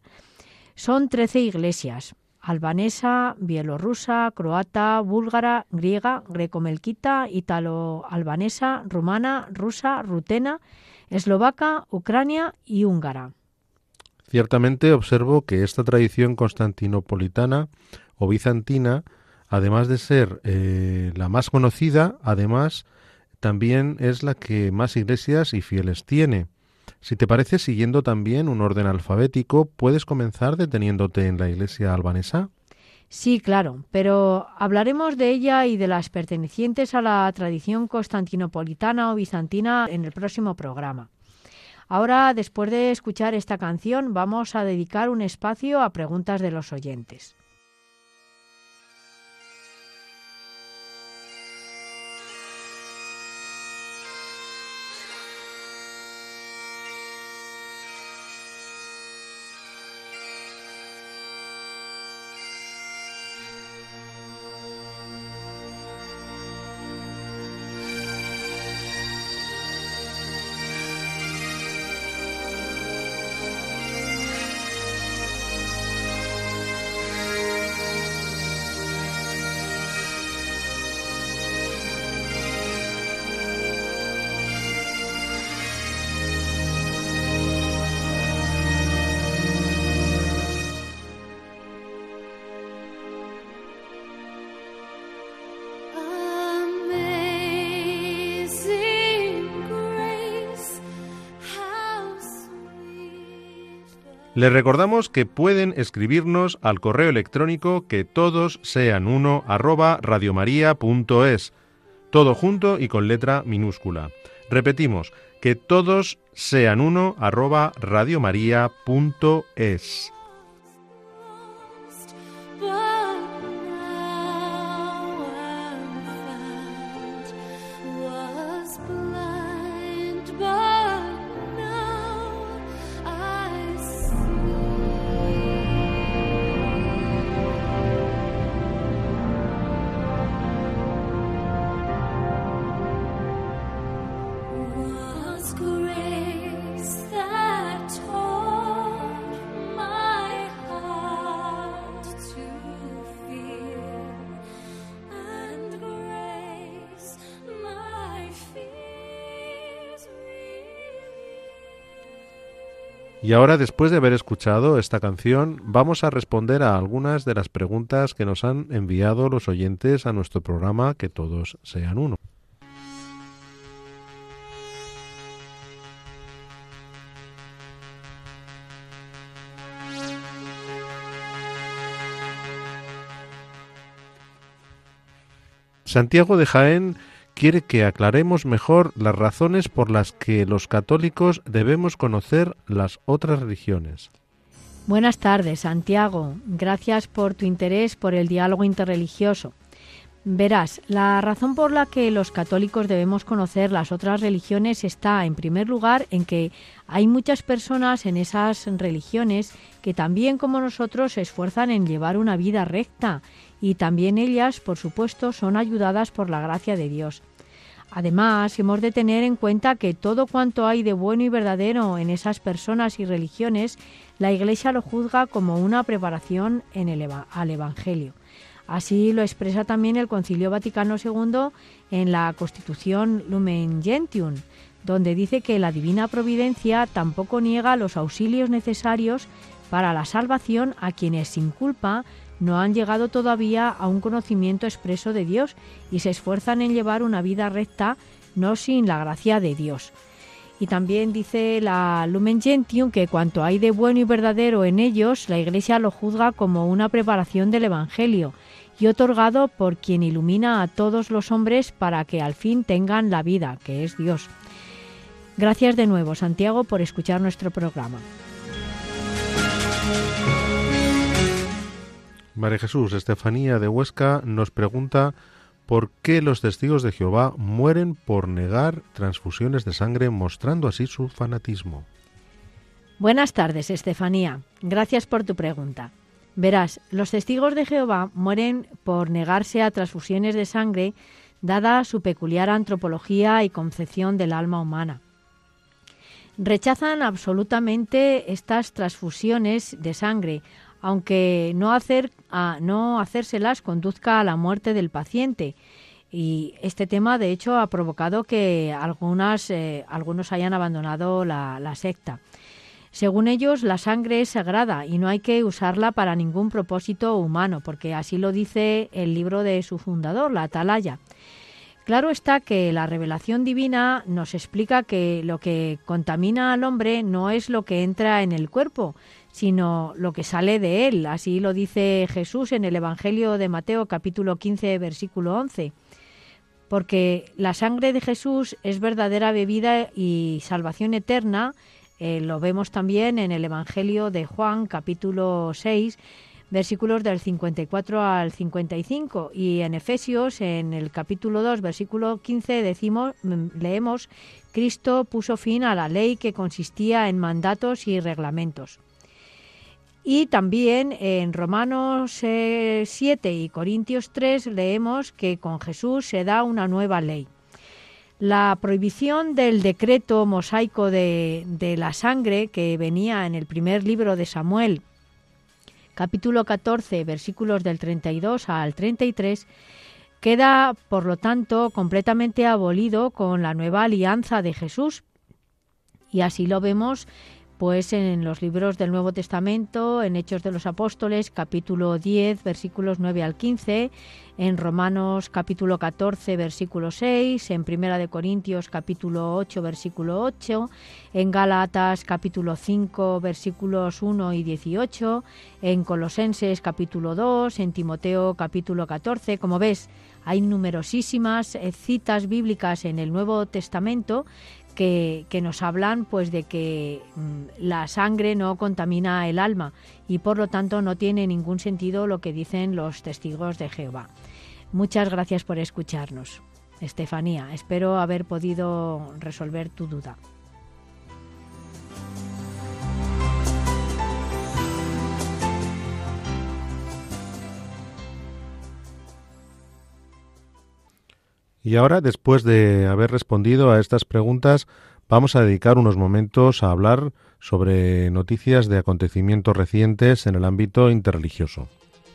Son 13 iglesias: albanesa, bielorrusa, croata, búlgara, griega, grecomelquita, ítalo-albanesa, rumana, rusa, rutena, eslovaca, ucrania y húngara. Ciertamente observo que esta tradición constantinopolitana o bizantina, además de ser la más conocida, además también es la que más iglesias y fieles tiene. Si te parece, siguiendo también un orden alfabético, ¿puedes comenzar deteniéndote en la iglesia albanesa? Sí, claro, pero hablaremos de ella y de las pertenecientes a la tradición constantinopolitana o bizantina en el próximo programa. Ahora, después de escuchar esta canción, vamos a dedicar un espacio a preguntas de los oyentes. Les recordamos que pueden escribirnos al correo electrónico quetodosseanuno@radiomaria.es, todo junto y con letra minúscula. Repetimos, quetodosseanuno@radiomaria.es. Y ahora, después de haber escuchado esta canción, vamos a responder a algunas de las preguntas que nos han enviado los oyentes a nuestro programa Que Todos Sean Uno. Santiago de Jaén quiere que aclaremos mejor las razones por las que los católicos debemos conocer las otras religiones. Buenas tardes, Santiago. Gracias por tu interés por el diálogo interreligioso. Verás, la razón por la que los católicos debemos conocer las otras religiones está, en primer lugar, en que hay muchas personas en esas religiones que también, como nosotros, se esfuerzan en llevar una vida recta, y también ellas, por supuesto, son ayudadas por la gracia de Dios. Además, hemos de tener en cuenta que todo cuanto hay de bueno y verdadero en esas personas y religiones, la Iglesia lo juzga como una preparación al Evangelio. Así lo expresa también el Concilio Vaticano II en la Constitución Lumen Gentium, donde dice que la Divina Providencia tampoco niega los auxilios necesarios para la salvación a quienes sin culpa no han llegado todavía a un conocimiento expreso de Dios y se esfuerzan en llevar una vida recta, no sin la gracia de Dios. Y también dice la Lumen Gentium que cuanto hay de bueno y verdadero en ellos, la Iglesia lo juzga como una preparación del Evangelio y otorgado por quien ilumina a todos los hombres para que al fin tengan la vida, que es Dios. Gracias de nuevo, Santiago, por escuchar nuestro programa. María Jesús Estefanía de Huesca nos pregunta por qué los testigos de Jehová mueren por negar transfusiones de sangre, mostrando así su fanatismo. Buenas tardes, Estefanía. Gracias por tu pregunta. Verás, los testigos de Jehová mueren por negarse a transfusiones de sangre, dada su peculiar antropología y concepción del alma humana. Rechazan absolutamente estas transfusiones de sangre, aunque no hacérselas conduzca a la muerte del paciente. Y este tema, de hecho, ha provocado que algunos hayan abandonado la secta. Según ellos, la sangre es sagrada y no hay que usarla para ningún propósito humano, porque así lo dice el libro de su fundador, la Atalaya. Claro está que la revelación divina nos explica que lo que contamina al hombre no es lo que entra en el cuerpo, sino lo que sale de él. Así lo dice Jesús en el Evangelio de Mateo, capítulo 15, versículo 11. Porque la sangre de Jesús es verdadera bebida y salvación eterna, Lo vemos también en el Evangelio de Juan, capítulo 6, versículos del 54 al 55, y en Efesios, en el capítulo 2, versículo 15, leemos: Cristo puso fin a la ley que consistía en mandatos y reglamentos. Y también en Romanos 7 y Corintios 3 leemos que con Jesús se da una nueva ley. La prohibición del decreto mosaico de la sangre, que venía en el primer libro de Samuel, capítulo 14, versículos del 32 al 33, queda, por lo tanto, completamente abolido con la nueva alianza de Jesús. Y así lo vemos pues en los libros del Nuevo Testamento, en Hechos de los Apóstoles, capítulo 10, versículos 9 al 15, en Romanos, capítulo 14, versículo 6, en Primera de Corintios, capítulo 8, versículo 8, en Gálatas, capítulo 5, versículos 1 y 18, en Colosenses, capítulo 2, en Timoteo, capítulo 14. Como ves, hay numerosísimas citas bíblicas en el Nuevo Testamento que nos hablan pues de que la sangre no contamina el alma y por lo tanto no tiene ningún sentido lo que dicen los testigos de Jehová. Muchas gracias por escucharnos, Estefanía. Espero haber podido resolver tu duda. Y ahora, después de haber respondido a estas preguntas, vamos a dedicar unos momentos a hablar sobre noticias de acontecimientos recientes en el ámbito interreligioso.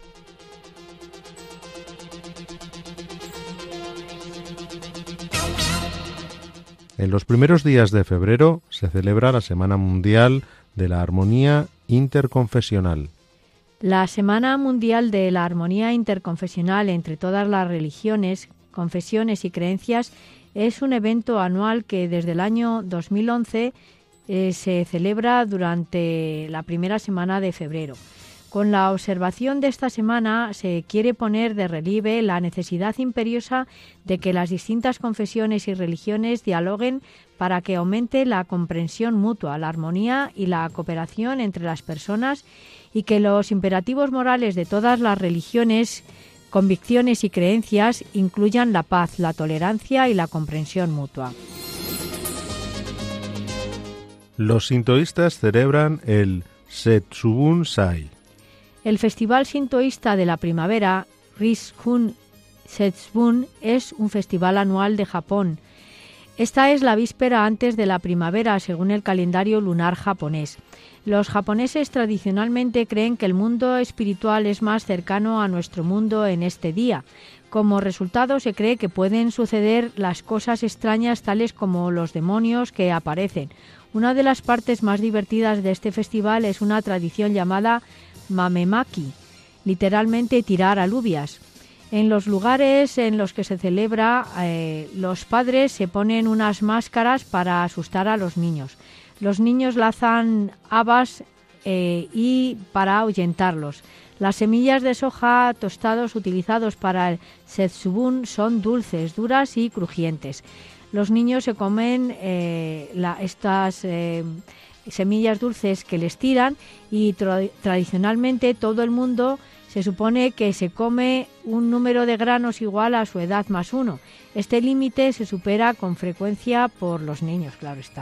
En los primeros días de febrero se celebra la Semana Mundial de la Armonía Interconfesional. La Semana Mundial de la Armonía Interconfesional entre todas las religiones, confesiones y creencias es un evento anual que desde el año 2011 se celebra durante la primera semana de febrero. Con la observación de esta semana se quiere poner de relieve la necesidad imperiosa de que las distintas confesiones y religiones dialoguen para que aumente la comprensión mutua, la armonía y la cooperación entre las personas, y que los imperativos morales de todas las religiones, convicciones y creencias incluyan la paz, la tolerancia y la comprensión mutua. Los sintoístas celebran el Setsubun Sai. El Festival Sintoísta de la Primavera, Rishun Setsubun, es un festival anual de Japón. Esta es la víspera antes de la primavera, según el calendario lunar japonés. Los japoneses tradicionalmente creen que el mundo espiritual es más cercano a nuestro mundo en este día. Como resultado, se cree que pueden suceder las cosas extrañas tales como los demonios que aparecen. Una de las partes más divertidas de este festival es una tradición llamada mamemaki, literalmente tirar alubias. En los lugares en los que se celebra, los padres se ponen unas máscaras para asustar a los niños. Los niños lanzan habas y para ahuyentarlos. Las semillas de soja tostados utilizados para el setsubun son dulces, duras y crujientes. Los niños se comen estas semillas dulces que les tiran y tradicionalmente todo el mundo se supone que se come un número de granos igual a su edad más 1. Este límite se supera con frecuencia por los niños, claro está.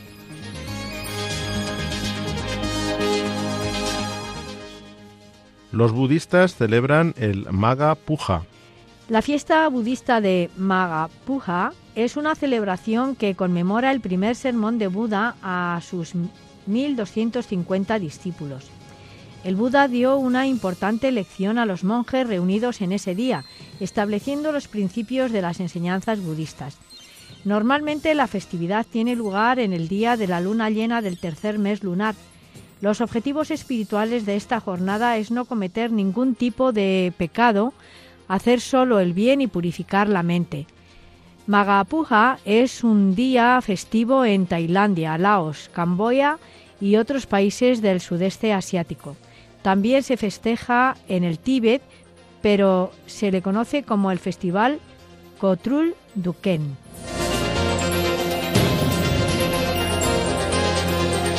Los budistas celebran el Magha Puja. La fiesta budista de Magha Puja es una celebración que conmemora el primer sermón de Buda a sus 1250 discípulos. El Buda dio una importante lección a los monjes reunidos en ese día, estableciendo los principios de las enseñanzas budistas. Normalmente la festividad tiene lugar en el día de la luna llena del tercer mes lunar. Los objetivos espirituales de esta jornada es no cometer ningún tipo de pecado, hacer solo el bien y purificar la mente. Magha Puja es un día festivo en Tailandia, Laos, Camboya y otros países del sudeste asiático. También se festeja en el Tíbet, pero se le conoce como el Festival Kotrul Duken.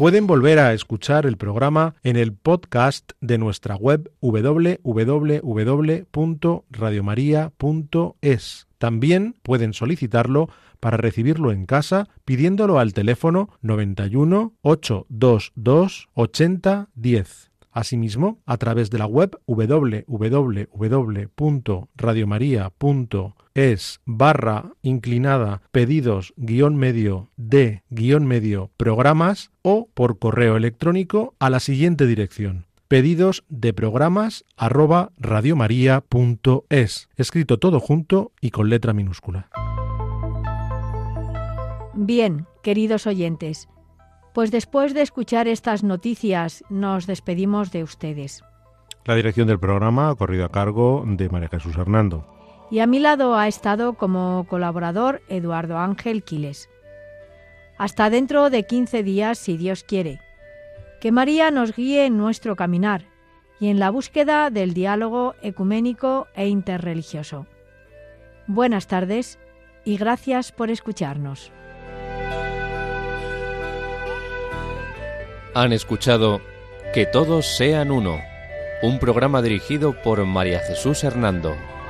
Pueden volver a escuchar el programa en el podcast de nuestra web www.radiomaria.es. También pueden solicitarlo para recibirlo en casa pidiéndolo al teléfono 91 822 80 10. Asimismo, a través de la web www.radiomaria.es/pedidos-medio-de-medio-programas o por correo electrónico a la siguiente dirección: pedidosdeprogramas@radiomaria.es, escrito todo junto y con letra minúscula. Bien, queridos oyentes, pues después de escuchar estas noticias nos despedimos de ustedes. La dirección del programa ha corrido a cargo de María Jesús Hernando. Y a mi lado ha estado como colaborador Eduardo Ángel Quiles. Hasta dentro de 15 días, si Dios quiere. Que María nos guíe en nuestro caminar y en la búsqueda del diálogo ecuménico e interreligioso. Buenas tardes y gracias por escucharnos. Han escuchado Que todos sean uno, un programa dirigido por María Jesús Hernando.